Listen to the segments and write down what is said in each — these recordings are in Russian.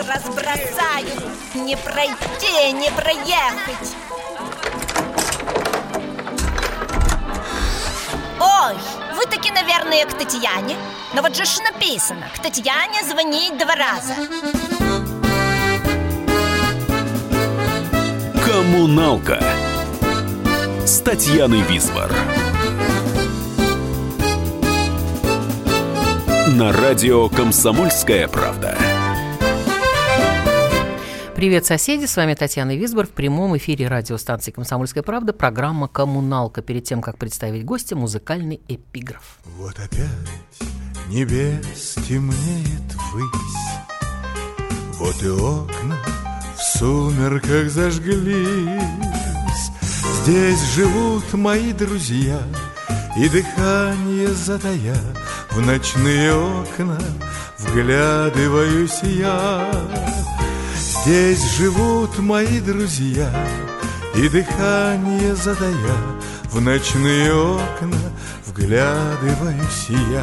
разбросаю. Не пройти, не проехать. Ой, вы таки, наверное, к Татьяне. Но вот же ж написано: к Татьяне звонить 2 раза. Коммуналка с Татьяной Висбор. На радио «Комсомольская правда». Привет, соседи! С вами Татьяна Висбор в прямом эфире радиостанции «Комсомольская правда», программа «Коммуналка». Перед тем, как представить гостя, музыкальный эпиграф. Вот опять небес темнеет ввысь, вот и окна в сумерках зажглись. Здесь живут мои друзья, и дыхание затая, в ночные окна вглядываюсь я. Здесь живут мои друзья, и дыхание затая, в ночные окна вглядываюсь я.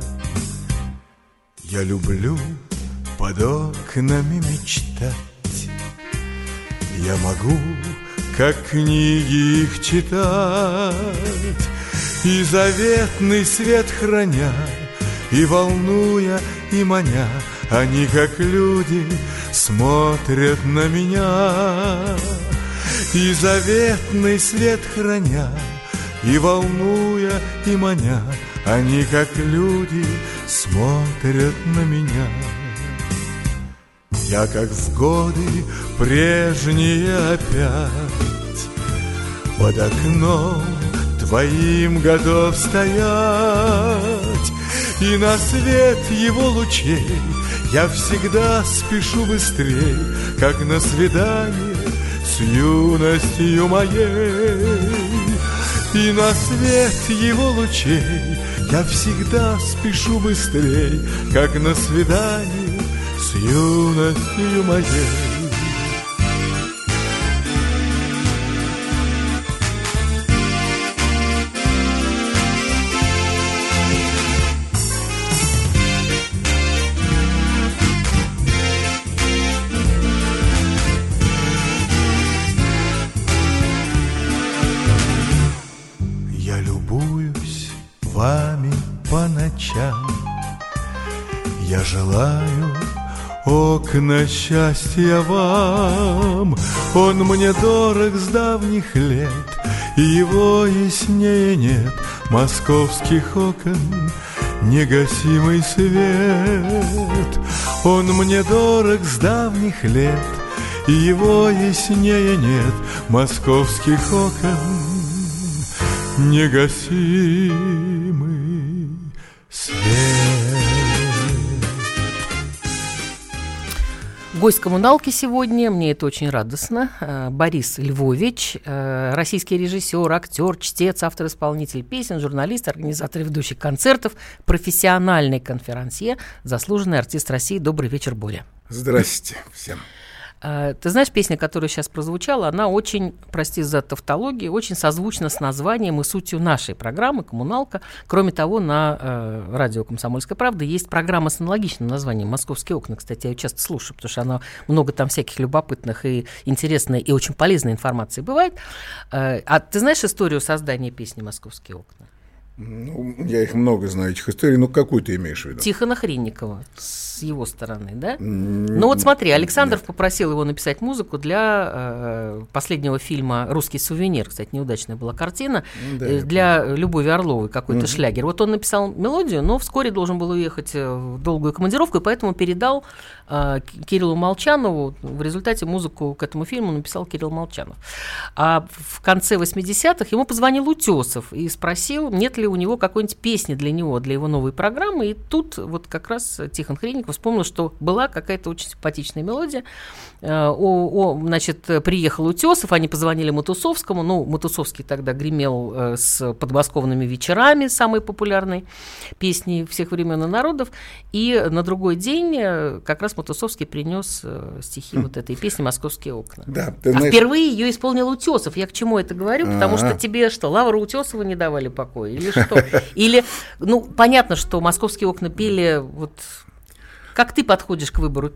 Я люблю под окнами мечтать, я могу, как книги, их читать, и заветный свет храня, и волнуя, и маня, они, как люди, смотрят на меня. И заветный свет храня, и волнуя, и маня, они, как люди, смотрят на меня. Я, как в годы прежние опять, под окном твоим готов стоять, и на свет его лучей я всегда спешу быстрей, как на свидание с юностью моей. И на свет его лучей я всегда спешу быстрей, как на свидание с юностью моей. Я желаю окна счастья вам, он мне дорог с давних лет, и его яснее нет московских окон негасимый свет. Он мне дорог с давних лет, и его яснее нет московских окон негасимый свет. Гость коммуналки сегодня, мне это очень радостно, Борис Львович, российский режиссер, актер, чтец, автор-исполнитель песен, журналист, организатор и ведущий концертов, профессиональный конферансье, заслуженный артист России. Добрый вечер, Боря. Здрасте всем. Ты знаешь, песня, которая сейчас прозвучала, она очень, прости за тавтологию, очень созвучна с названием и сутью нашей программы «Коммуналка». Кроме того, на радио «Комсомольская правда» есть программа с аналогичным названием «Московские окна». Кстати, я ее часто слушаю, потому что она много там всяких любопытных и интересной, и очень полезной информации бывает. А ты знаешь историю создания песни «Московские окна»? Ну, я их много знаю, этих историй. Ну, какую ты имеешь в виду? Тихона Хренникова, с его стороны, да? Ну, вот смотри, Александров попросил его написать музыку для последнего фильма «Русский сувенир». Кстати, неудачная была картина. Для Любови Орловой какой-то шлягер. Вот он написал мелодию, но вскоре должен был уехать в долгую командировку, и поэтому передал Кириллу Молчанову. В результате музыку к этому фильму написал Кирилл Молчанов. А в конце 80-х ему позвонил Утесов и спросил, нет ли у него какой-нибудь песни для него, для его новой программы. И тут вот как раз Тихон Хренников вспомнил, что была какая-то очень симпатичная мелодия. Значит, приехал Утесов, они позвонили Матусовскому. Ну, Матусовский тогда гремел с подмосковными вечерами, самой популярной песней всех времен и народов. И на другой день как раз Матусовский принес стихи вот этой песни «Московские окна». Да, а впервые ее исполнил Утесов. Я к чему это говорю? Потому что тебе что, Лавра Утесова не давали покоя? Или что? Или, ну, понятно, что «Московские окна» пели вот... Как ты подходишь к выбору песни?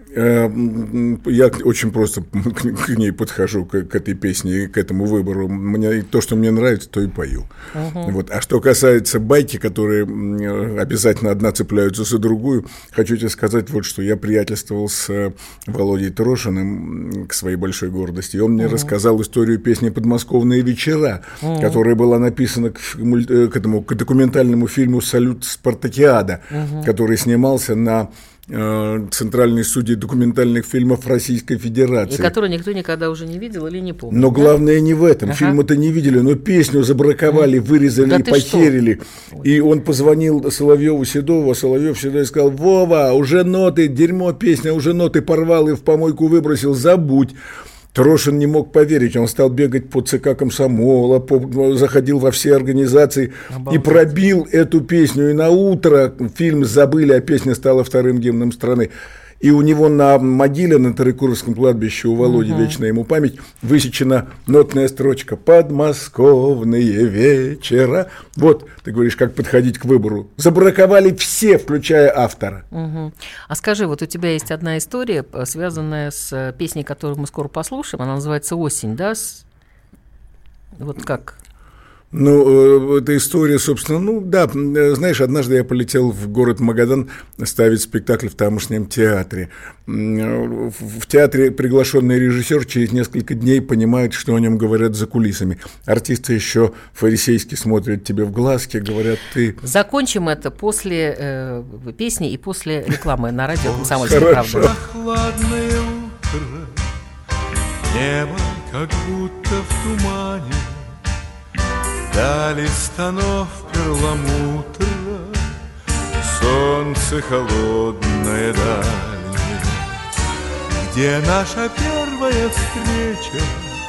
Я очень просто к ней подхожу, к этой песне, к этому выбору. То, что мне нравится, то и пою. Вот. А что касается байки, которые обязательно одна цепляются за другую, хочу тебе сказать вот что. Я приятельствовал с Володей Трошиным, к своей большой гордости, и он мне рассказал историю песни «Подмосковные вечера», которая была написана к документальному фильму «Салют Спартакиада», который снимался на центральной студии документальных фильмов Российской Федерации. И который никто никогда уже не видел или не помнит. Но главное не в этом. Фильм-то не видели, но песню забраковали, вырезали и похерили. И он позвонил Соловьеву-Седову, а Соловьев-Седой сказал: Вова, уже ноты, дерьмо песня, уже ноты порвал и в помойку выбросил, забудь. Трошин не мог поверить, он стал бегать по ЦК комсомола, заходил во все организации и пробил эту песню. И на утро фильм забыли, а песня стала вторым гимном страны. И у него на могиле на Троекуровском кладбище у Володи, вечная ему память, высечена нотная строчка «Подмосковные вечера». Вот, ты говоришь, как подходить к выбору. Забраковали все, включая автора. А скажи, вот у тебя есть одна история, связанная с песней, которую мы скоро послушаем, она называется «Осень», да? Вот как... Ну, эта история, собственно, да, знаешь, однажды я полетел в город Магадан ставить спектакль в тамошнем театре. В театре приглашенный режиссер через несколько дней понимает, что о нем говорят за кулисами. Артисты еще фарисейски смотрят тебе в глазки, говорят: ты... Закончим это после песни и после рекламы на радио «Комсомольская правда». Прохладное утро, небо как будто в тумане. Дали станов перламутра, солнце холодное дальнее. Где наша первая встреча,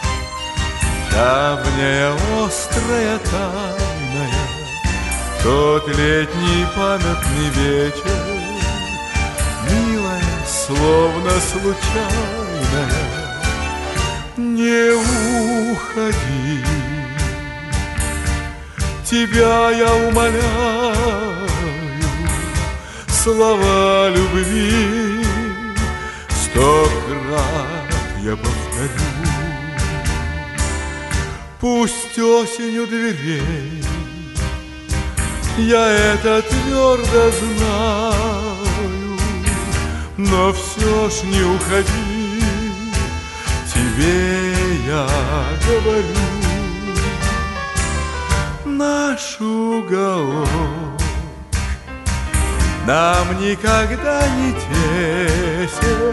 давняя, острая, тайная, тот летний памятный вечер, милая, словно случайная. Не уходи, тебя я умоляю, слова любви 100 крат я повторю. Пусть осень у дверей, я это твердо знаю, но все ж не уходи, тебе я говорю. Наш уголок нам никогда не тесен,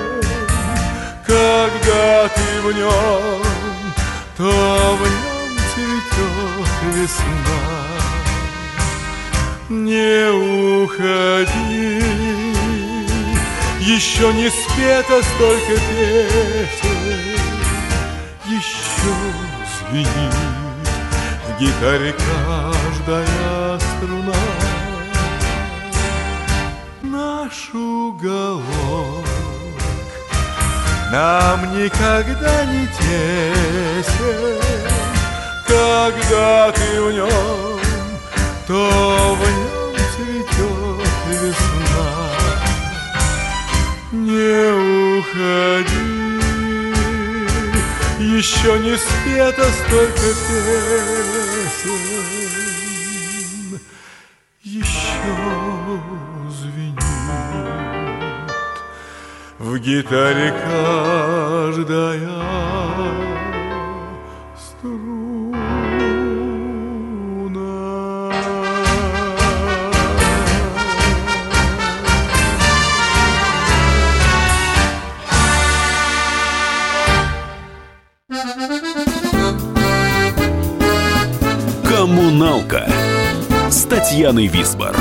когда ты в нем, то в нем цветет весна. Не уходи, еще не спето столько песен, еще звенит в гитаре каждая струна. Наш уголок нам никогда не тесен, когда ты в нем, то в нем цветет весна. Не уходи, еще не спето столько песен, еще звенит в гитаре каждая струна. «Коммуналка» с Татьяной Висбор.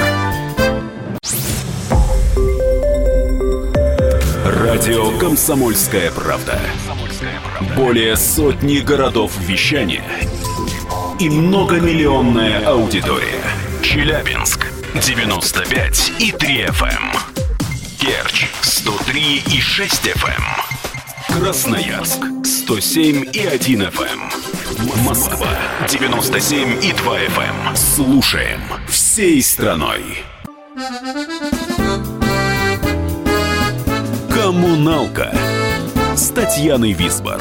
Радио «Комсомольская правда». Более сотни городов вещания и многомиллионная аудитория. Челябинск 95,3 FM. Керчь 103,6 FM. Красноярск 107,1 FM. Москва 97,2 FM. Слушаем всей страной. «Коммуналка» с Татьяной Висбор.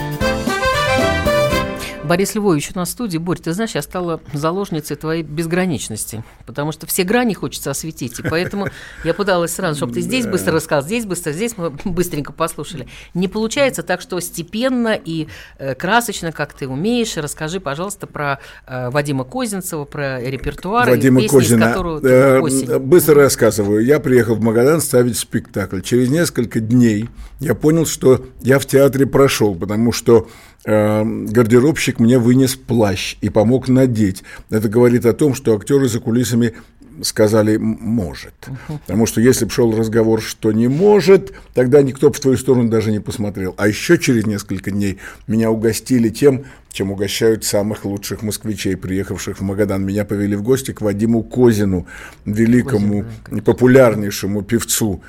Борис Львович у нас в студии. Борь, ты знаешь, я стала заложницей твоей безграничности, потому что все грани хочется осветить, и поэтому я пыталась сразу, чтобы ты здесь быстро рассказал, здесь быстро, здесь мы быстренько послушали. Не получается, так что степенно и красочно, как ты умеешь. Расскажи, пожалуйста, про Вадима Козинцева, про репертуар Вадима и песни, Козина. из которого осень. Быстро рассказываю. Я приехал в Магадан ставить спектакль. Через несколько дней я понял, что я в театре прошел, потому что гардеробщик мне вынес плащ и помог надеть. Это говорит о том, что актеры за кулисами сказали «может». Потому что если бы шел разговор, что не может, тогда никто бы в твою сторону даже не посмотрел. А еще через несколько дней меня угостили тем, чем угощают самых лучших москвичей, приехавших в Магадан. Меня повели в гости к Вадиму Козину, великому, популярнейшему певцу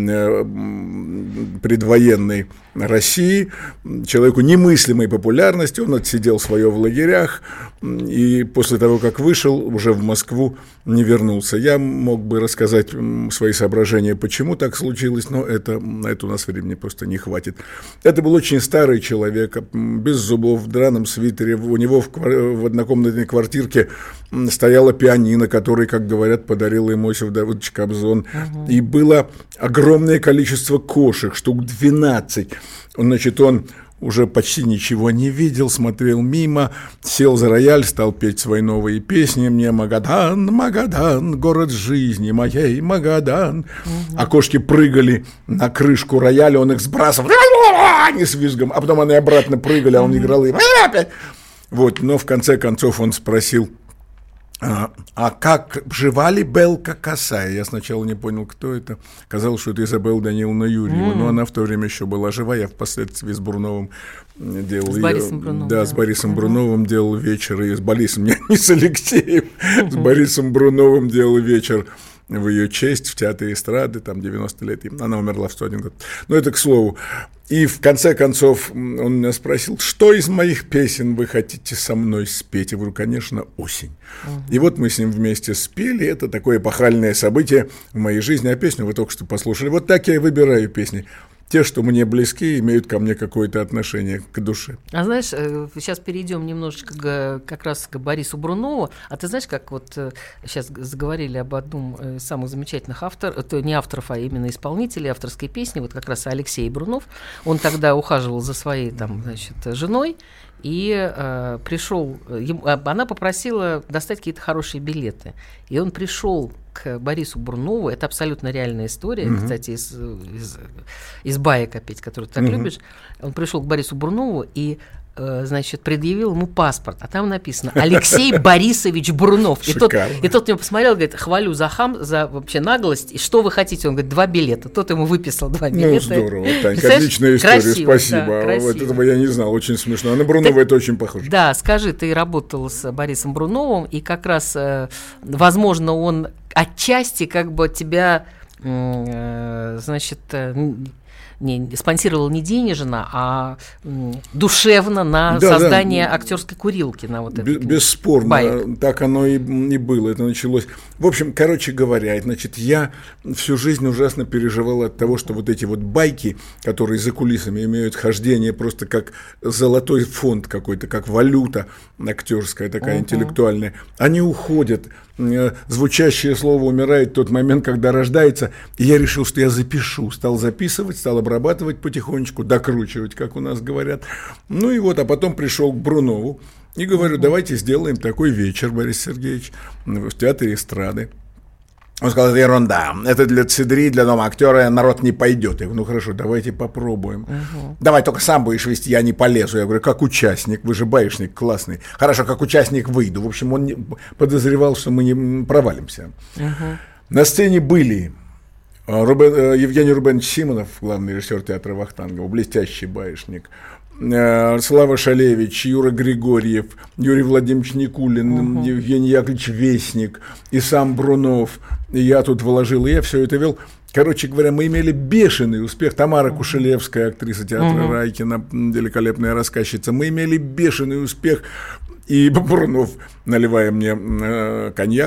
предвоенной России, человеку немыслимой популярности. Он отсидел свое в лагерях и после того, как вышел уже в Москву, не вернулся. Я мог бы рассказать свои соображения, почему так случилось, но на это у нас времени просто не хватит. Это был очень старый человек, без зубов, в драном свитере. У него в однокомнатной квартирке стояла пианино, который, как говорят, подарил ему Иосиф Давыдович Кобзон. И было огромное количество кошек, штук 12. Значит, он уже почти ничего не видел, смотрел мимо, сел за рояль, стал петь свои новые песни. «Мне Магадан, Магадан, город жизни моей, Магадан». А кошки прыгали на крышку рояля, он их сбрасывал, не с визгом, а потом они обратно прыгали, а он играл и опять. Вот, но в конце концов он спросил: а как жива ли Белка Косая? Я сначала не понял, кто это. Казалось, что это Изабелла Даниловна Юрьева, но она в то время еще была жива. Я впоследствии с Бруновым делал... С Борисом Бруновым. Да, с Борисом Бруновым делал вечер. И с Борисом, не с Алексеем, с Борисом Бруновым делал вечер в ее честь в Театре эстрады, там 90 лет. Она умерла в 101 год. Но это к слову. И в конце концов он меня спросил: что из моих песен вы хотите со мной спеть? Я говорю: конечно, «Осень». И вот мы с ним вместе спели. Это такое эпохальное событие в моей жизни. А песню вы только что послушали. Вот так я и выбираю песни. Те, что мне близки, имеют ко мне какое-то отношение к душе. А знаешь, сейчас перейдем немножечко как раз к Борису Брунову. А ты знаешь, как вот сейчас заговорили об одном из самых замечательных авторов, то не авторов, а именно исполнителей авторской песни, вот как раз Алексей Брунов. Он тогда ухаживал за своей там, значит, женой. И пришел, она попросила достать какие-то хорошие билеты. И он пришел к Борису Брунову. Это абсолютно реальная история, кстати, из баек опять, которые ты так любишь. Он пришел к Борису Брунову и, значит, предъявил ему паспорт, а там написано: Алексей Борисович Брунов. И тот на него посмотрел, говорит: хвалю за вообще наглость. И что вы хотите? Он говорит: 2 билета. Тот ему выписал 2 билета. Ну, здорово, Танька, отличная история, красиво, спасибо. Да, вот этого я не знал, очень смешно. А на Брунова это очень похоже. Да, скажи, ты работал с Борисом Бруновым, и как раз, возможно, он отчасти как бы тебя, значит, не спонсировал не денежно, а душевно на создание актерской курилки. На вот бесспорно, баек. Так оно и было, это началось. В общем, короче говоря, значит, я всю жизнь ужасно переживал от того, что вот эти вот байки, которые за кулисами имеют хождение просто как золотой фонд какой-то, как валюта актерская такая, интеллектуальная, они уходят. Звучащее слово умирает в тот момент, когда рождается, и я решил, что я запишу, стал записывать, стал обрабатывать потихонечку, докручивать, как у нас говорят. Ну и вот, а потом пришел к Брунову и говорю: давайте сделаем такой вечер, Борис Сергеевич, в Театре эстрады. Он сказал: это ерунда, это для ЦДРИ, для дома актера, народ не пойдет. Я говорю: ну хорошо, давайте попробуем. Давай, только сам будешь вести, я не полезу. Я говорю: как участник, вы же баечник классный. Хорошо, как участник выйду. В общем, он подозревал, что мы не провалимся. На сцене были Евгений Рубенович Симонов, главный режиссер театра Вахтангова, блестящий баечник, Слава Шалевич, Юра Григорьев, Юрий Владимирович Никулин, Евгений Яковлевич Вестник и сам Брунов. И я тут вложил, и я все это вел. Короче говоря, мы имели бешеный успех. Тамара Кушелевская, актриса театра Райкина, великолепная рассказчица. Мы имели бешеный успех. И Брунов, наливая мне коньяк,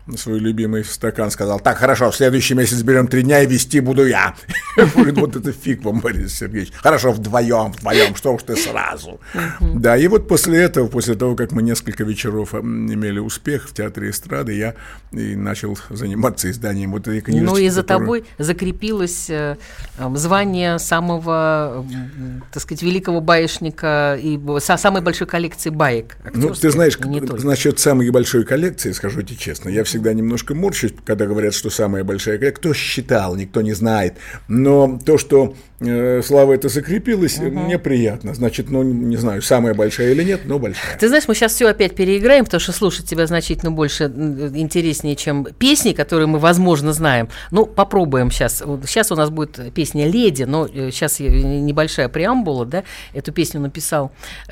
свой любимый стакан, сказал: так, хорошо, в следующий месяц берем 3 дня, и вести буду я. Говорит: вот это фиг вам, Борис Сергеевич. Хорошо, вдвоем, что уж ты сразу. Да, и вот после этого, после того, как мы несколько вечеров имели успех в театре эстрады, я и начал заниматься изданием вот этой книжечки. Ну и за тобой закрепилось звание самого, так сказать, великого баечника и самой большой коллекции баек. Ну, ты знаешь, насчет самой большой коллекции, скажу тебе честно, я всегда немножко морщусь, когда говорят, что самая большая коллекция. Кто считал, никто не знает. Но то, что слава это закрепилась, мне приятно. Значит, ну, не знаю, самая большая или нет, но большая. Ты знаешь, мы сейчас все опять переиграем, потому что слушать тебя значительно больше интереснее, чем песни, которые мы, возможно, знаем. Ну, попробуем сейчас. Сейчас у нас будет песня «Леди», но сейчас небольшая преамбула, да. Эту песню написал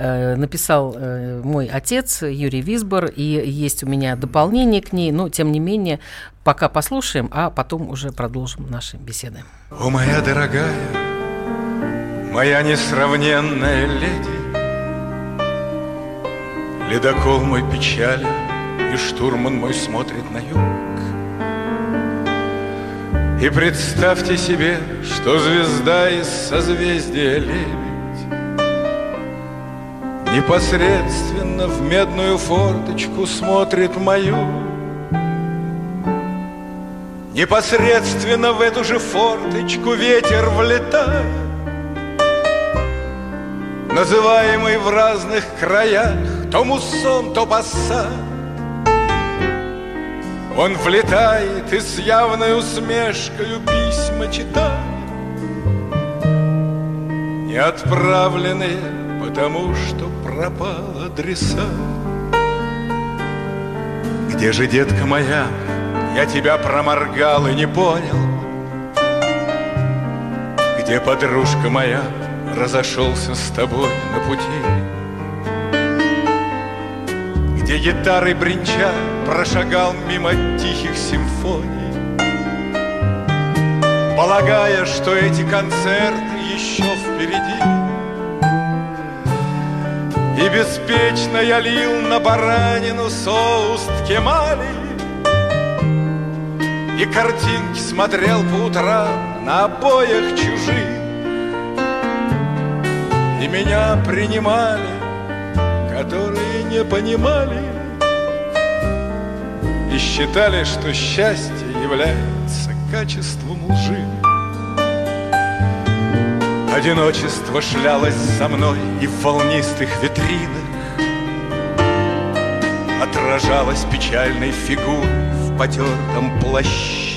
мой отец Юрий Висбор, и есть у меня дополнение к ней, но, тем не менее, пока послушаем, а потом уже продолжим наши беседы. О, моя дорогая, моя несравненная леди, ледокол мой печален, и штурман мой смотрит на юг. И представьте себе, что звезда из созвездия Лебедь непосредственно в медную форточку смотрит мою. Непосредственно в эту же форточку ветер влетает, называемый в разных краях то муссон, то пассат. Он влетает и с явной усмешкою письма читает, не отправленные, потому что пропал адресат. Где же, детка моя, я тебя проморгал и не понял? Где, подружка моя, разошелся с тобой на пути? Где гитары бренча прошагал мимо тихих симфоний, полагая, что эти концерты еще впереди? И беспечно я лил на баранину соус ткемали, и картинки смотрел по утрам на обоях чужих. И меня принимали, которые не понимали и считали, что счастье является качеством лжи. Одиночество шлялось за мной, и в волнистых витринах отражалась печальной фигурой в потертом плаще.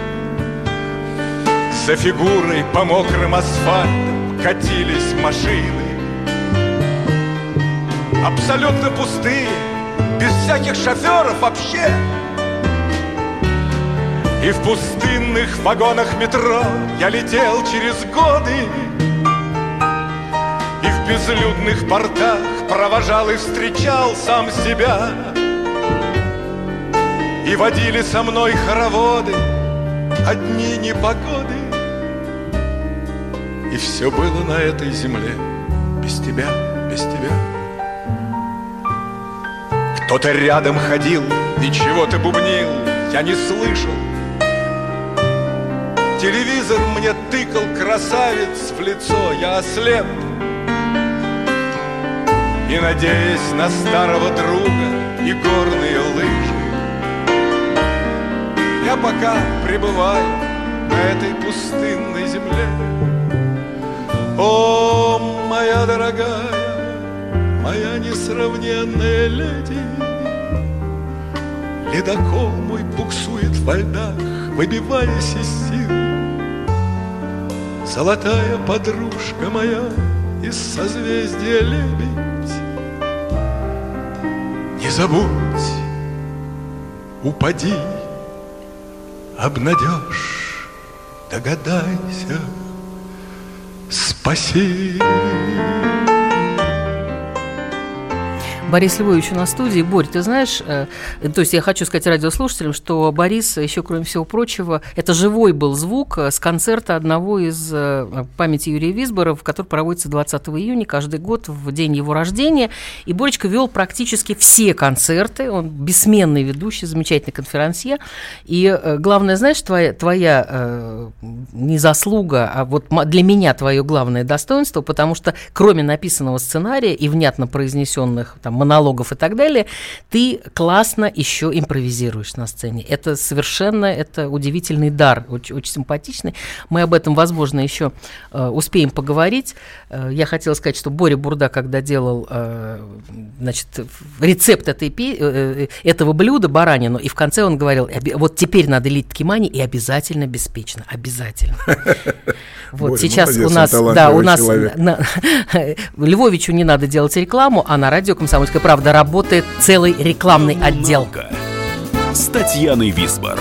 За фигурой по мокрым асфальтам катились машины, абсолютно пустые, без всяких шоферов вообще. И в пустынных вагонах метро я летел через годы, и в безлюдных портах провожал и встречал сам себя. И водили со мной хороводы одни непогоды, и все было на этой земле без тебя, без тебя. Кто-то рядом ходил и чего-то бубнил, я не слышал. Телевизор мне тыкал красавец в лицо, я ослеп. И, надеясь на старого друга и горные лыжи, я пока пребываю на этой пустынной земле. О, моя дорогая, моя несравненная леди, ледокол мой буксует во льдах, выбиваясь из сил. Золотая подружка моя из созвездия Лебедь, не забудь, упади, обнадежь, догадайся, спаси. Борис Львович на студии. Борь, ты знаешь, то есть я хочу сказать радиослушателям, что Борис, еще кроме всего прочего, это живой был звук с концерта одного из памяти Юрия Висбора, который проводится 20 июня каждый год в день его рождения. И Боречка вел практически все концерты. Он бессменный ведущий, замечательный конферансье. И главное, знаешь, твоя не заслуга, а вот для меня твое главное достоинство, потому что кроме написанного сценария и внятно произнесенных там монологов и так далее, ты классно еще импровизируешь на сцене. Это совершенно удивительный дар, очень, очень симпатичный. Мы об этом, возможно, еще успеем поговорить. Я хотела сказать, что Боря Бурда, когда делал рецепт этого блюда, баранину, и в конце он говорил, вот теперь надо лить ткемани и обязательно беспечно, обязательно. Вот сейчас у нас Львовичу не надо делать рекламу, а на радио «Комсомольская правда» работает целый рекламный отдел. С Татьяной Висбор.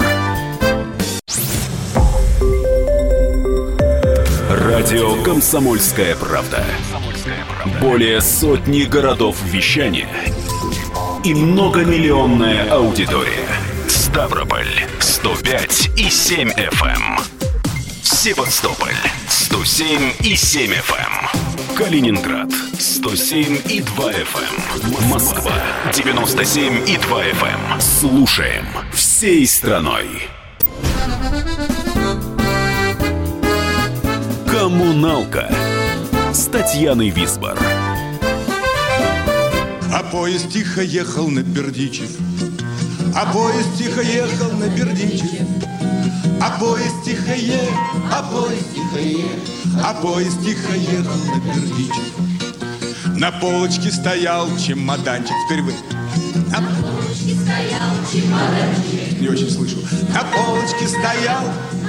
Радио «Комсомольская правда». Более сотни городов вещания и многомиллионная аудитория. Ставрополь 105,7 FM. Севастополь 107,7 FM. Калининград 107,2 FM. Москва 97,2 FM. Слушаем всей страной. Коммуналка с Татьяной Висбор. А поезд тихо ехал на Бердичев. А поезд тихо ехал на Бердичев. А поезд тихо ехал, а поезд тихо ехал, а поезд тихо ехал на Бердичев. На полочке стоял чемоданчик. Теперь вы. На полочке стоял чемоданчик. Не очень слышу. На полочке стоял.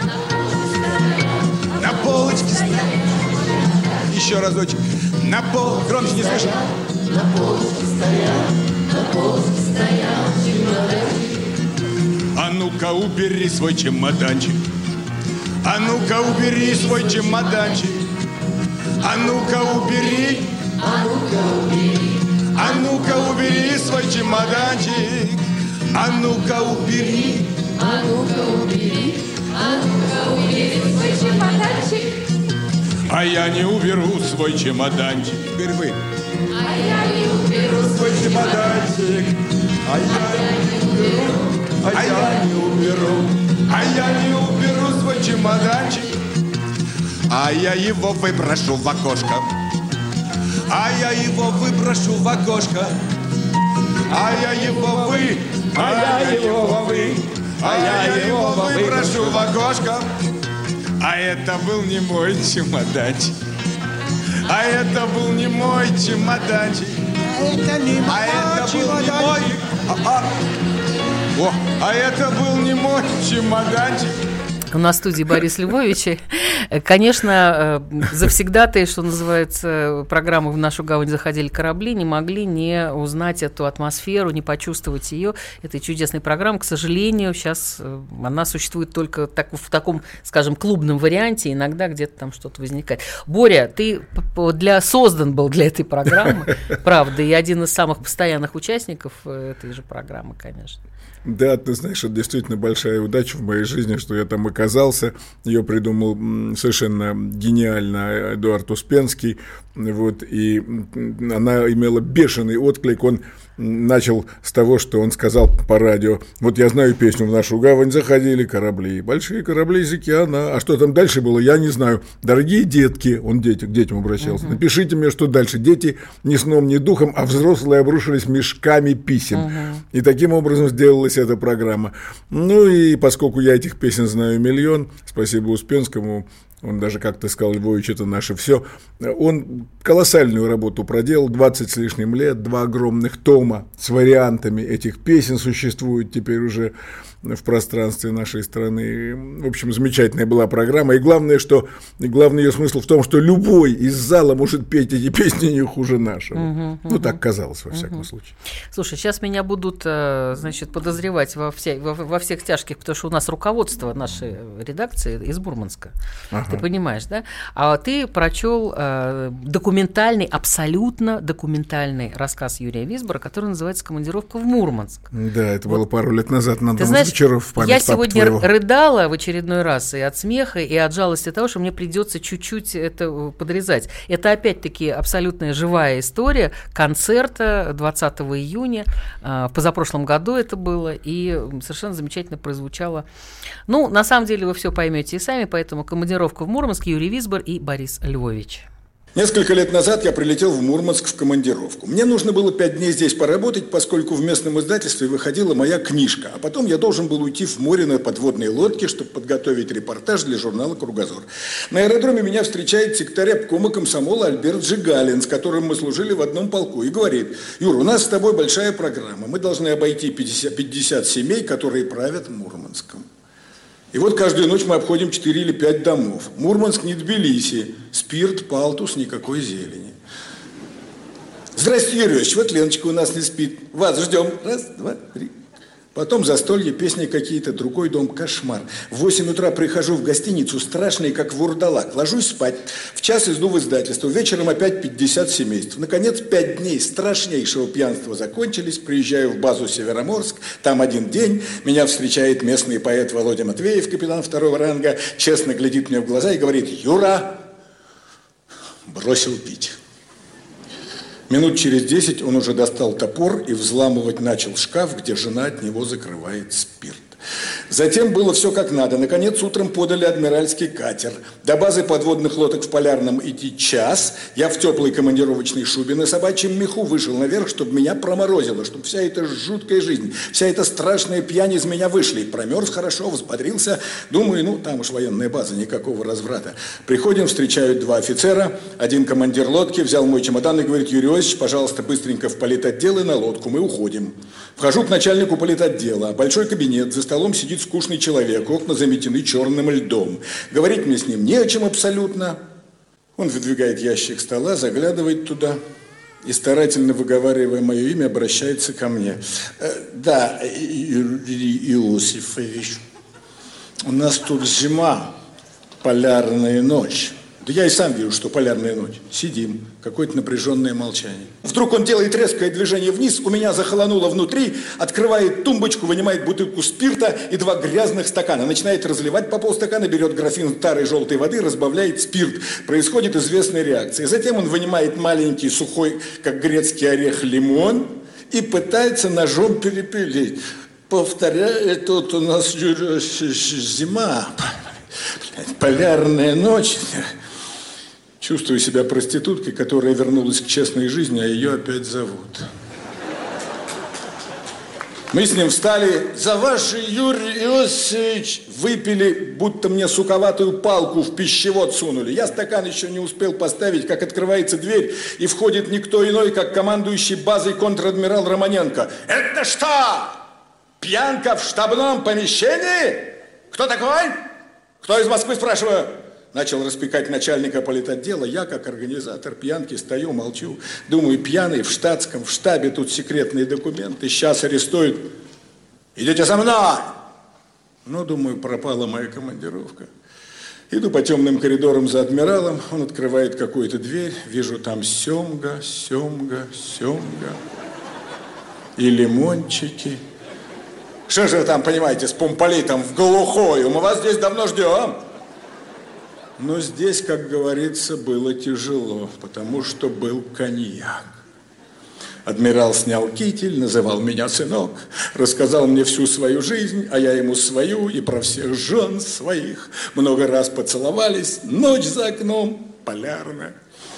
На полочке стоял. Еще разочек. Громче не слышу. На полочке стоял. На полочке стоял чемоданчик. А ну-ка убери свой чемоданчик. А ну-ка убери свой чемоданчик. А ну-ка убери. А ну-ка убери. А ну-ка убери свой чемоданчик. А ну-ка убери. А ну-ка убери. А ну-ка убери свой чемоданчик. А я не уберу свой чемоданчик. Теперь вы. А я не уберу свой чемоданчик. А я не уберу. А я не уберу. А я не уберу свой чемоданчик. А я его выброшу в окошко. А я его выброшу в окошко. А я его выброшу в окошко. А это был не мой чемоданчик. А это был не мой чемоданчик. А это был не мой. А это был не мой чемоданчик. У нас в студии Борис Львович. Конечно, завсегдатые, что называется, программы «В нашу гавань заходили корабли», не могли не узнать эту атмосферу, не почувствовать ее, этой чудесной программы. К сожалению, сейчас она существует только в таком, скажем, клубном варианте, иногда где-то там что-то возникает. Боря, ты создан был для этой программы, правда, и один из самых постоянных участников этой же программы, конечно. Да, ты знаешь, это действительно большая удача в моей жизни, что я там оказался. Ее придумал совершенно гениально Эдуард Успенский. Вот, и она имела бешеный отклик. Он начал с того, что он сказал по радио: вот я знаю песню «В нашу гавань заходили корабли, большие корабли из океана». А что там дальше было, я не знаю. Дорогие детки, он к детям обращался, напишите мне, что дальше. Дети ни сном, ни духом, а взрослые обрушились мешками писем. И таким образом сделалась эта программа. Ну и поскольку я этих песен знаю миллион, спасибо Успенскому, он даже как-то сказал: Львович, это наше все. Он колоссальную работу проделал, 20 с лишним лет, 2 огромных тома с вариантами этих песен существуют теперь уже. в пространстве нашей страны. В общем, замечательная была программа. И главное ее смысл в том, что любой из зала может петь эти песни не хуже нашего. Ну, так казалось, во всяком случае. Слушай, сейчас меня будут, значит, подозревать во всех тяжких, потому что у нас руководство нашей редакции из Мурманска. Ты понимаешь, да? А ты прочел документальный, абсолютно документальный рассказ Юрия Висбора, который называется «Командировка в Мурманск». Да, это было пару лет назад на одном из вечеров в память я папы сегодня твоего. Рыдала в очередной раз и от смеха, и от жалости того, что мне придется чуть-чуть это подрезать. Это опять-таки абсолютно живая история концерта 20 июня. В позапрошлом году это было, и совершенно замечательно прозвучало. Ну, на самом деле вы все поймете и сами, поэтому «Командировка в Мурманск», Юрий Висбор и Борис Львович. Несколько лет назад я прилетел в Мурманск в командировку. Мне нужно было 5 дней здесь поработать, поскольку в местном издательстве выходила моя книжка. А потом я должен был уйти в море на подводной лодке, чтобы подготовить репортаж для журнала «Кругозор». На аэродроме меня встречает секретарь обкома комсомола Альберт Жигалин, с которым мы служили в одном полку, и говорит: «Юра, у нас с тобой большая программа. Мы должны обойти 50 семей, которые правят Мурманском». И вот каждую ночь мы обходим 4 или 5 домов. Мурманск не Тбилиси, спирт, палтус, никакой зелени. Здрасте, Юрий Ильич, вот Леночка у нас не спит. Вас ждем. Раз, два, три. Потом застолье, песни какие-то, другой дом, кошмар. В 8 утра прихожу в гостиницу, страшный, как вурдалак. Ложусь спать, в час иду в издательство. Вечером опять 50 семейств. Наконец, 5 дней страшнейшего пьянства закончились. Приезжаю в базу Североморск, там один день. Меня встречает местный поэт Володя Матвеев, капитан 2-го ранга. Честно глядит мне в глаза и говорит: «Юра, бросил пить». Минут через 10 он уже достал топор и взламывать начал шкаф, где жена от него закрывает спирт. Затем было все как надо. Наконец, утром подали адмиральский катер. До базы подводных лодок в Полярном идти час. Я в теплой командировочной шубе на собачьем меху вышел наверх, чтобы меня проморозило, чтобы вся эта жуткая жизнь, вся эта страшная пьянь из меня вышли. Промерз хорошо, взбодрился. Думаю, ну, там уж военная база, никакого разврата. Приходим, встречают 2 офицера. Один командир лодки взял мой чемодан и говорит: «Юрий Иосифович, пожалуйста, быстренько в политотдел и на лодку. Мы уходим». Вхожу к начальнику политотдела. Большой кабинет, за столом сидит скучный человек, окна заметены черным льдом. Говорить мне с ним не о чем абсолютно. Он выдвигает ящик стола, заглядывает туда и, старательно выговаривая мое имя, обращается ко мне. «Да, Юрий Иосифович, у нас тут зима, полярная ночь». Да я и сам вижу, что полярная ночь. Сидим, какое-то напряженное молчание. Вдруг он делает резкое движение вниз, у меня захолонуло внутри, открывает тумбочку, вынимает бутылку спирта и 2 грязных стакана. Начинает разливать по полстакана, берет графин старой желтой воды, разбавляет спирт. Происходит известная реакция. Затем он вынимает маленький, сухой, как грецкий орех, лимон и пытается ножом перепилить. Повторяю, тут у нас зима, полярная ночь. Чувствую себя проституткой, которая вернулась к честной жизни, а ее опять зовут. Мы с ним встали, за ваш Юрий Иосифович, выпили, будто мне суковатую палку в пищевод сунули. Я стакан еще не успел поставить, как открывается дверь, и входит никто иной, как командующий базой контр-адмирал Романенко. «Это что, пьянка в штабном помещении? Кто такой? Кто из Москвы, спрашиваю?» Начал распекать начальника политотдела. Я, как организатор пьянки, стою, молчу. Думаю, пьяный в штатском, в штабе тут секретные документы. Сейчас арестуют. «Идите со мной!» Ну, думаю, пропала моя командировка. Иду по темным коридорам за адмиралом. Он открывает какую-то дверь. Вижу там семга и лимончики. Что же вы там, понимаете, с помполитом в глухую? Мы вас здесь давно ждем. Но здесь, как говорится, было тяжело, потому что был коньяк. Адмирал снял китель, называл меня сынок, рассказал мне всю свою жизнь, а я ему свою и про всех жен своих. Много раз поцеловались, ночь за окном полярная,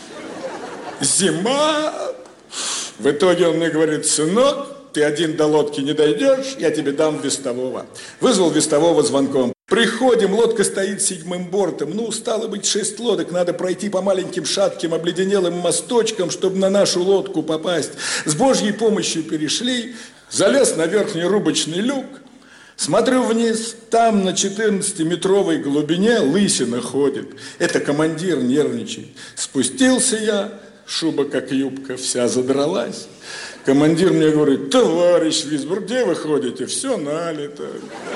зима. В итоге он мне говорит: «Сынок, ты один до лодки не дойдешь, я тебе дам вестового». Вызвал вестового звонком. Приходим, лодка стоит 7-м бортом. Ну, стало быть, 6 лодок. Надо пройти по маленьким шатким обледенелым мосточкам, чтобы на нашу лодку попасть. С Божьей помощью перешли, залез на верхний рубочный люк. Смотрю вниз, там на 14-метровой глубине лысина ходит. Это командир нервничает. Спустился я, шуба как юбка, вся задралась. Командир мне говорит: товарищ Висбор, где вы ходите? Все налито.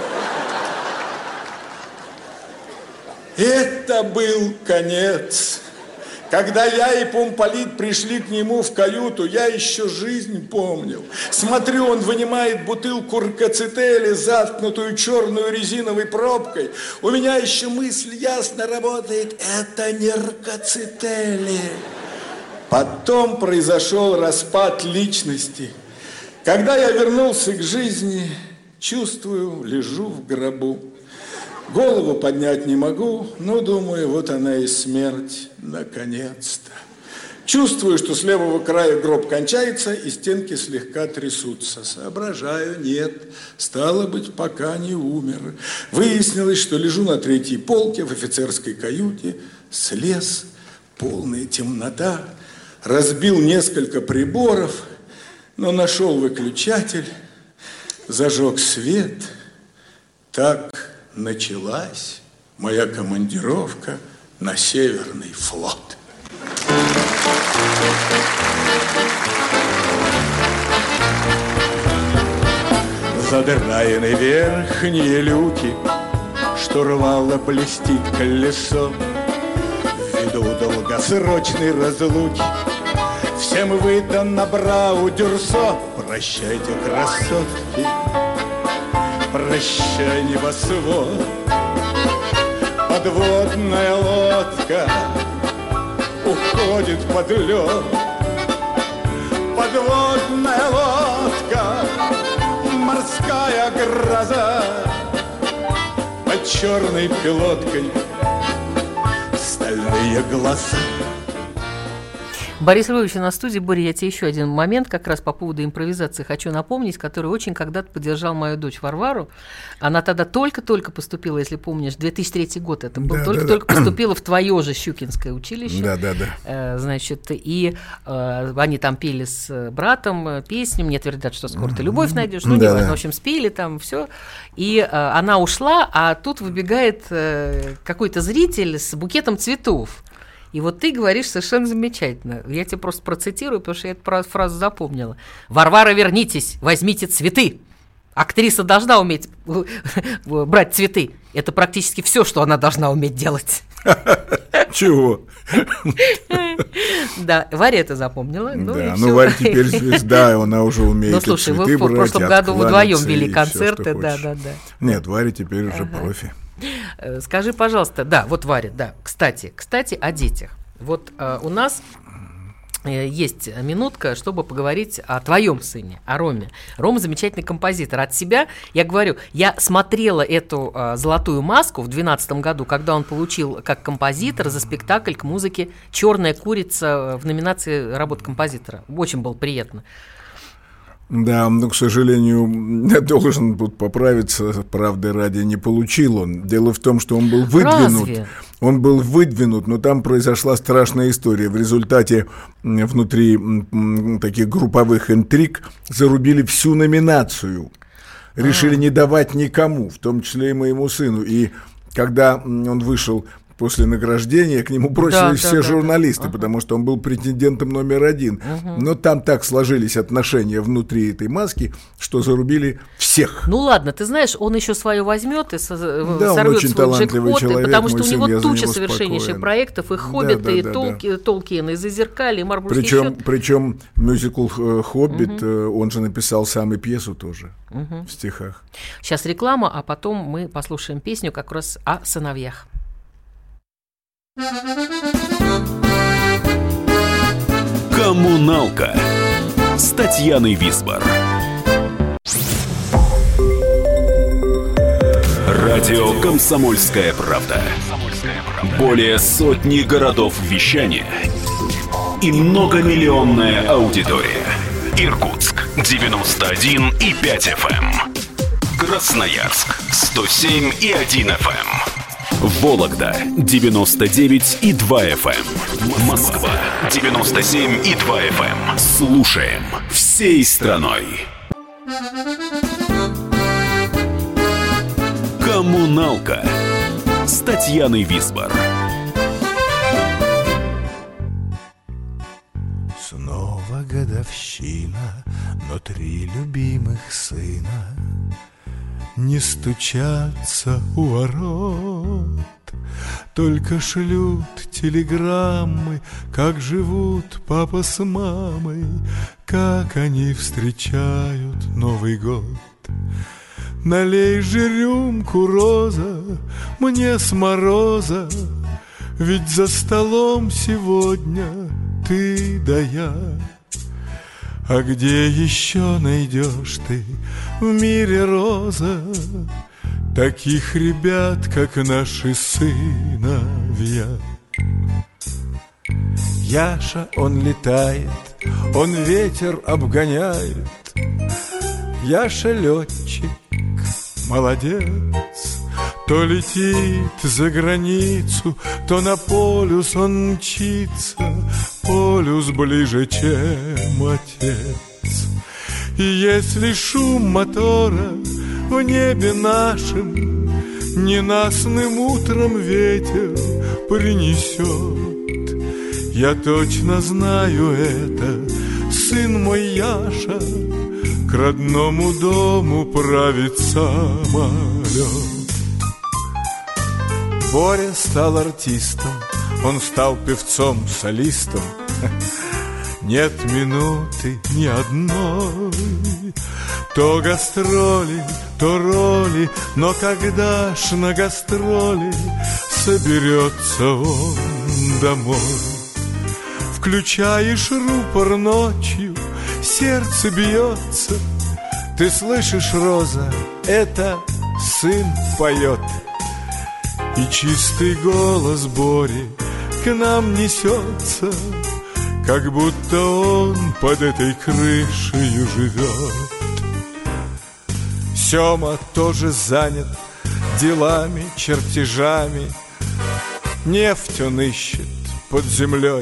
Это был конец. Когда я и помполит пришли к нему в каюту, я еще жизнь помнил. Смотрю, он вынимает бутылку ркацетели, заткнутую черную резиновой пробкой. У меня еще мысль ясно работает: это не ркацетели. Потом произошел распад личности. Когда я вернулся к жизни, чувствую, лежу в гробу. Голову поднять не могу, но думаю, вот она и смерть, наконец-то. Чувствую, что с левого края гроб кончается, и стенки слегка трясутся. Соображаю, нет, стало быть, пока не умер. Выяснилось, что лежу на 3-й полке в офицерской каюте, слез, полная темнота, разбил несколько приборов, но нашел выключатель, зажег свет. Так началась моя командировка на Северный флот. Задраены верхние люки, что рвало блестит колесо. Ввиду долгосрочной разлуки всем выдано брау дюрсо. Прощайте, красотки, прощай, небосвод. Подводная лодка уходит под лед. Подводная лодка, морская гроза. Под черной пилоткой стальные глаза. Борис Львович на студии. Боря, я тебе еще один момент как раз по поводу импровизации хочу напомнить, который очень когда-то поддержал мою дочь Варвару. Она тогда только-только поступила, если помнишь, 2003 год это был, только-только поступила в твое же Щукинское училище. Да. Значит, и они там пели с братом песню «Мне твердят, что скоро ты любовь найдешь». Ну, не важно, в общем, спели там все. И она ушла, а тут выбегает какой-то зритель с букетом цветов. И вот ты говоришь совершенно замечательно. Я тебе просто процитирую, потому что я эту фразу запомнила. «Варвара, вернитесь, возьмите цветы». Актриса должна уметь брать цветы. Это практически все, что она должна уметь делать. Чего? Да, Варя это запомнила. Да, ну Варя теперь звезда, она уже умеет цветы брать. Ну, слушай, вы в прошлом году вдвоем вели концерты. Да. Нет, Варя теперь уже профи. Скажи, пожалуйста, да, вот Варя, да, кстати, о детях. Вот у нас есть минутка, чтобы поговорить о твоем сыне, о Роме. Рома замечательный композитор. От себя я говорю, я смотрела эту «Золотую маску» в 2012 году, когда он получил как композитор за спектакль к музыке «Черная курица» в номинации «Работа композитора». Очень было приятно. Да, но, к сожалению, я должен тут поправиться, правды ради, не получил он. Дело в том, что он был выдвинут. Разве? Он был выдвинут, но там произошла страшная история. В результате внутри таких групповых интриг зарубили всю номинацию. Решили не давать никому, в том числе и моему сыну. И когда он вышел после награждения, к нему бросились все журналисты, потому что он был претендентом номер 1. Но там так сложились отношения внутри этой маски, что зарубили всех. Ну ладно, ты знаешь, он еще свое возьмет и сорвет свой джекпот, потому что у него туча совершеннейших проектов, и «Хоббиты», и Толкин, и «Зазеркалье», и «Марбургский счет». Причем мюзикл «Хоббит», он же написал сам и пьесу тоже в стихах. Сейчас реклама, а потом мы послушаем песню как раз о сыновьях. Коммуналка с Татьяной Висбор. Радио «Комсомольская правда». Более сотни городов вещания и многомиллионная аудитория. Иркутск 91,5 FM. Красноярск 107,1 FM. Вологда 99,2 FM. Москва 97,2 FM. Слушаем всей страной. Коммуналка с Татьяной Висбор. Снова годовщина, но 3 любимых сына не стучатся у ворот, только шлют телеграммы, как живут папа с мамой, как они встречают Новый год. Налей же рюмку, Роза, мне с мороза, ведь за столом сегодня ты да я. А где еще найдешь ты в мире, Роза, таких ребят, как наши сыновья? Яша, он летает, он ветер обгоняет. Яша летчик, молодец. То летит за границу, то на полюс он мчится. Полюс ближе, чем отец. И если шум мотора в небе нашем ненастным утром ветер принесет, я точно знаю это, сын мой Яша, к родному дому правит самолет. Боря стал артистом, он стал певцом-солистом. Нет минуты ни одной. То гастроли, то роли, но когда ж на гастроли соберется он домой? Включаешь рупор ночью, сердце бьется. Ты слышишь, Роза, это сын поет. И чистый голос Бори к нам несется, как будто он под этой крышей живет. Сема тоже занят делами, чертежами. Нефть он ищет под землей.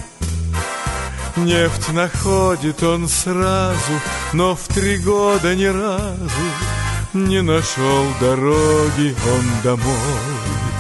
Нефть находит он сразу, но в 3 года ни разу не нашел дороги он домой.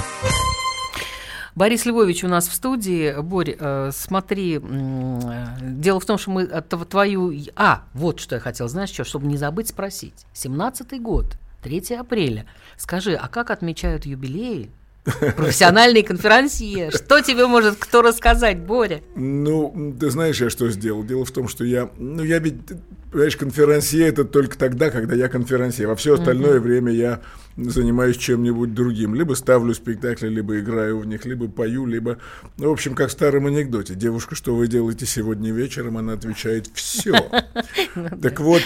Борис Львович у нас в студии. Борь, смотри, дело в том, что мы твою... вот что я хотела, знаешь, что, чтобы не забыть спросить. 17-й год, 3 апреля. Скажи, а как отмечают юбилеи профессиональный конферансье? Что тебе может кто рассказать, Боря? Ну, ты знаешь, я что сделал? Дело в том, что я ведь, понимаешь, конферансье это только тогда, когда я конферансье. Во все остальное время я занимаюсь чем-нибудь другим. Либо ставлю спектакли, либо играю в них, либо пою, либо... Ну, в общем, как в старом анекдоте. Девушка, что вы делаете сегодня вечером? Она отвечает: все. Так вот,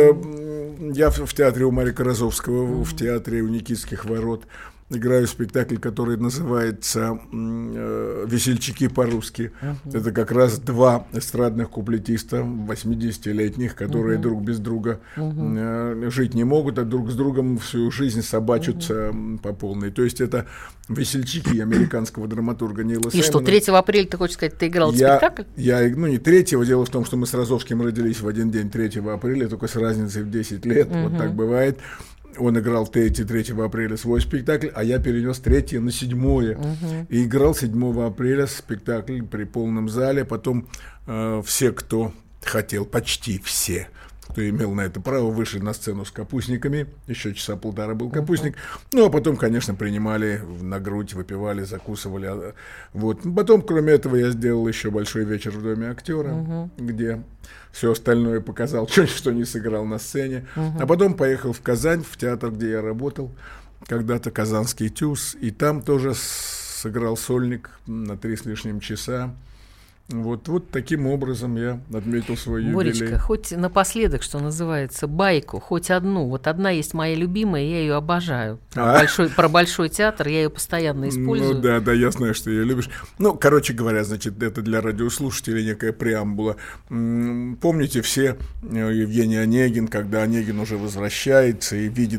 я в театре у Марика Розовского, в театре у Никитских ворот играю спектакль, который называется «Весельчаки по-русски». Это как раз 2 эстрадных куплетиста, 80-летних, которые друг без друга жить не могут, а друг с другом всю жизнь собачатся по полной. То есть это «Весельчаки» американского драматурга Нила Саймона. И что, 3 апреля, ты хочешь сказать, ты играл в спектакль? Не 3-го. Дело в том, что мы с Розовским родились в один день, 3 апреля, только с разницей в 10 лет. Вот так бывает. Он играл 3 апреля свой спектакль, а я перенес 3 на 7. И играл 7 апреля спектакль при полном зале. Потом все, кто хотел, почти все, кто имел на это право, вышли на сцену с капустниками. Еще часа полтора был капустник. Ну, а потом, конечно, принимали на грудь, выпивали, закусывали. Вот. Потом, кроме этого, я сделал еще большой вечер в Доме актера, где все остальное показал, что не сыграл на сцене. А потом поехал в Казань, в театр, где я работал, когда-то Казанский ТЮЗ, и там тоже сыграл сольник на 3 с лишним часа. Вот таким образом я отметил свой юбилей. Боречка, хоть напоследок, что называется, байку, хоть одну. Вот одна есть моя любимая, я ее обожаю. Про Большой театр, я ее постоянно использую. Ну да, я знаю, что ее любишь. Ну, короче говоря, значит, это для радиослушателей некая преамбула. Помните все Евгений Онегин, когда Онегин уже возвращается и видит,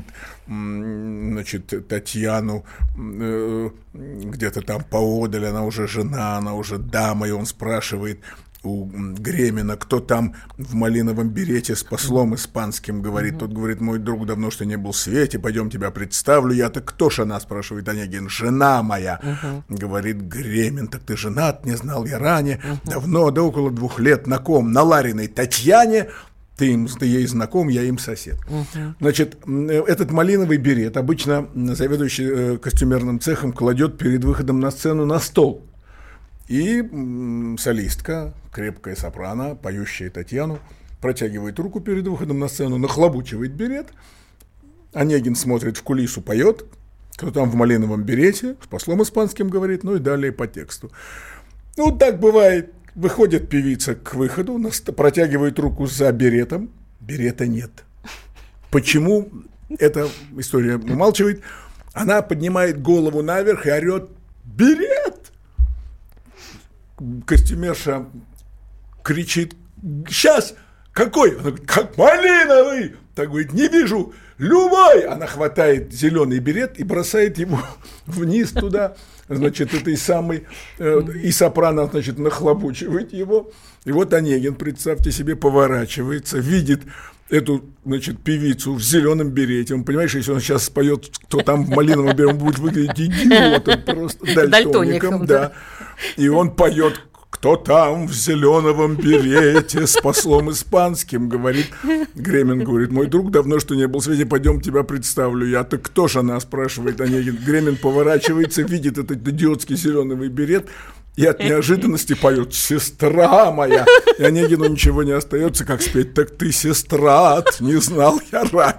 значит, Татьяну где-то там поодаль, она уже жена, она уже дама, и он спрашивает у Гремина, кто там в малиновом берете с послом испанским говорит. Тот говорит: мой друг, давно что не был в свете, пойдем тебя представлю. Я: так кто ж она, спрашивает Онегин. Жена моя. Говорит Гремин: так ты женат, не знал я ранее. Давно, да около 2 лет. На ком? На Лариной Татьяне. Ты ей знаком, я им сосед. Значит, этот малиновый берет обычно заведующий костюмерным цехом кладет перед выходом на сцену на стол. И солистка, крепкая сопрано, поющая Татьяну, протягивает руку перед выходом на сцену, нахлобучивает берет. Онегин смотрит в кулису, поет, кто там в малиновом берете, с послом испанским говорит, ну и далее по тексту. Ну, так бывает. Выходит певица к выходу, протягивает руку за беретом, берета нет. Почему? Эта история умалчивает. Она поднимает голову наверх и орет: берет! Костюмерша кричит: сейчас! Какой? Она говорит: как малиновый! Так говорит: не вижу, любой! Она хватает зеленый берет и бросает его вниз туда. Значит, этой самой, и сопрано, значит, нахлобучивает его. И вот Онегин, представьте себе, поворачивается, видит эту, значит, певицу в зеленом берете. Он понимает, что если он сейчас споет, кто там в малиновом берете, он будет выглядеть идиотом, просто дальтоником, да. И он поет: кто там в зеленом берете с послом испанским, говорит. Гремин говорит: мой друг, давно что не был в свете, пойдем тебя представлю. Я: так кто ж она, спрашивает Онегин. Гремин поворачивается, видит этот идиотский зеленый берет и от неожиданности поет: сестра моя. И Онегину ничего не остается, как спеть: так ты сестра, не знал я ранее.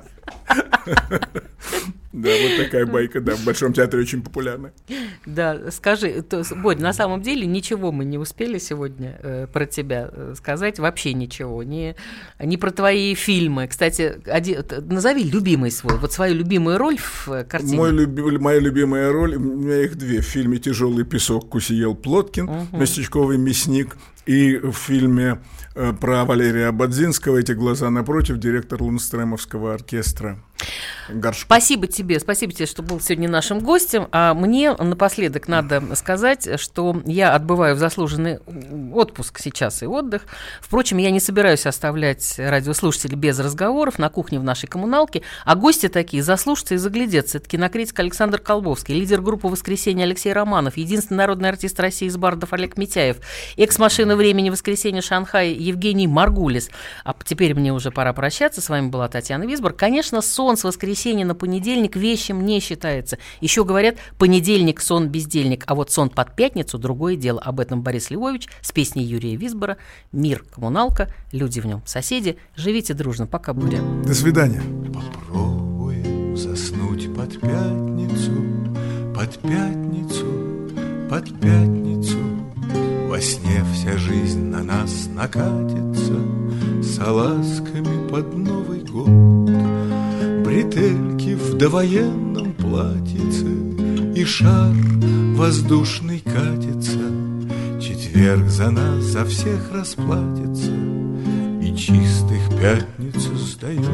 Да, вот такая байка, да, в Большом театре очень популярна. Да, скажи, Бодь, на самом деле ничего мы не успели сегодня про тебя сказать, вообще ничего, не про твои фильмы. Кстати, назови любимый свой, вот свою любимую роль в картине. Моя любимая роль, у меня их 2, в фильме «Тяжелый песок» Кусиел Плоткин, местечковый мясник, и в фильме про Валерия Ободзинского «Эти глаза напротив», директор Лундстремовского оркестра Горшков. Спасибо тебе, что был сегодня нашим гостем. А мне напоследок надо сказать, что я отбываю в заслуженный отпуск сейчас и отдых. Впрочем, я не собираюсь оставлять радиослушателей без разговоров на кухне в нашей коммуналке. А гости такие: заслушаться и заглядеться. Это кинокритик Александр Колбовский, лидер группы «Воскресенье» Алексей Романов, единственный народный артист России из бардов Олег Митяев, экс-машина времени «Воскресенье Шанхай» Евгений Маргулис. А теперь мне уже пора прощаться. С вами была Татьяна Висбор. Конечно, сон с воскресенья на понедельник вещим не считается. Еще говорят: понедельник сон бездельник, а вот сон под пятницу другое дело. Об этом Борис Львович с песней Юрия Висбора. Мир, коммуналка, люди в нем, соседи. Живите дружно, пока, буря. До свидания. Попробуем заснуть под пятницу, под пятницу, под пятницу. Во сне вся жизнь на нас накатится салазками под Новый год. Бретельки в довоенном платьице и шар воздушный катится. Четверг за нас за всех расплатится и чистых пятницу сдает.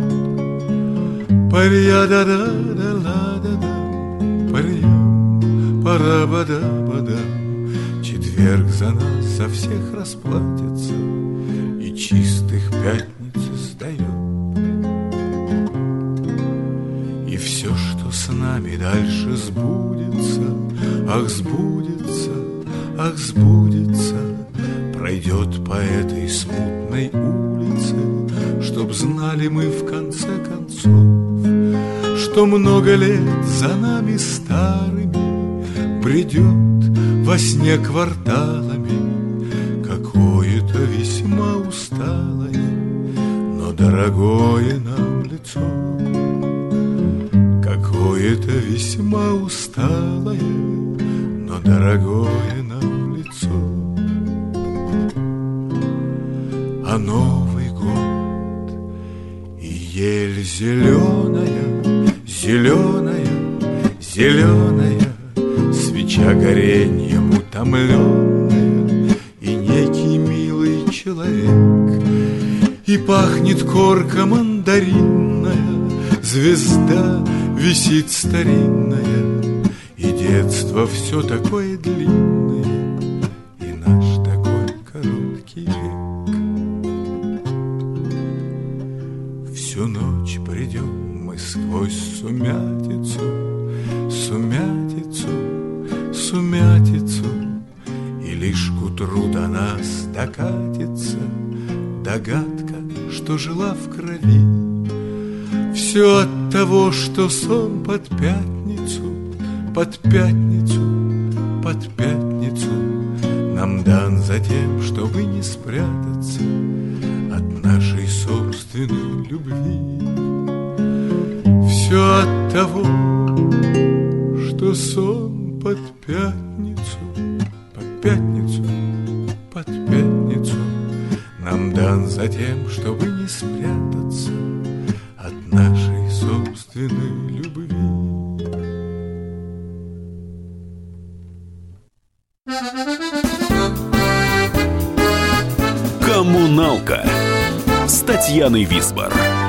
Парья-да-да-да-да-да, парья, пара-бада-бада. Четверг за нас за всех расплатится и чистых пятницу сдает. И все, что с нами дальше сбудется, ах, сбудется, ах, сбудется, пройдет по этой смутной улице, чтоб знали мы в конце концов, что много лет за нами старыми бредет во сне кварталами какое-то весьма усталое, но дорогое нам лицо. Какое-то весьма усталое, но дорогое нам лицо. А Новый год и ель зеленая, зеленая, зеленая, свеча гореньем утомленная, и некий милый человек, и пахнет корка мандаринная, звезда висит старинная, и детство все такое длинное, и наш такой короткий Всю ночь бредем мы сквозь сумятицу, сумятицу, сумятицу, и лишь к утру до нас докатится догадка, что жила в крови. Все от того, что сон под пятницу, под пятницу, под пятницу нам дан за тем, чтобы не спрятаться от нашей собственной любви. Все от того, что сон под пятницу, под пятницу, под пятницу нам дан за тем, чтобы не спрятаться от нашей собственной любви. «Коммуналка» с Татьяной Висбор.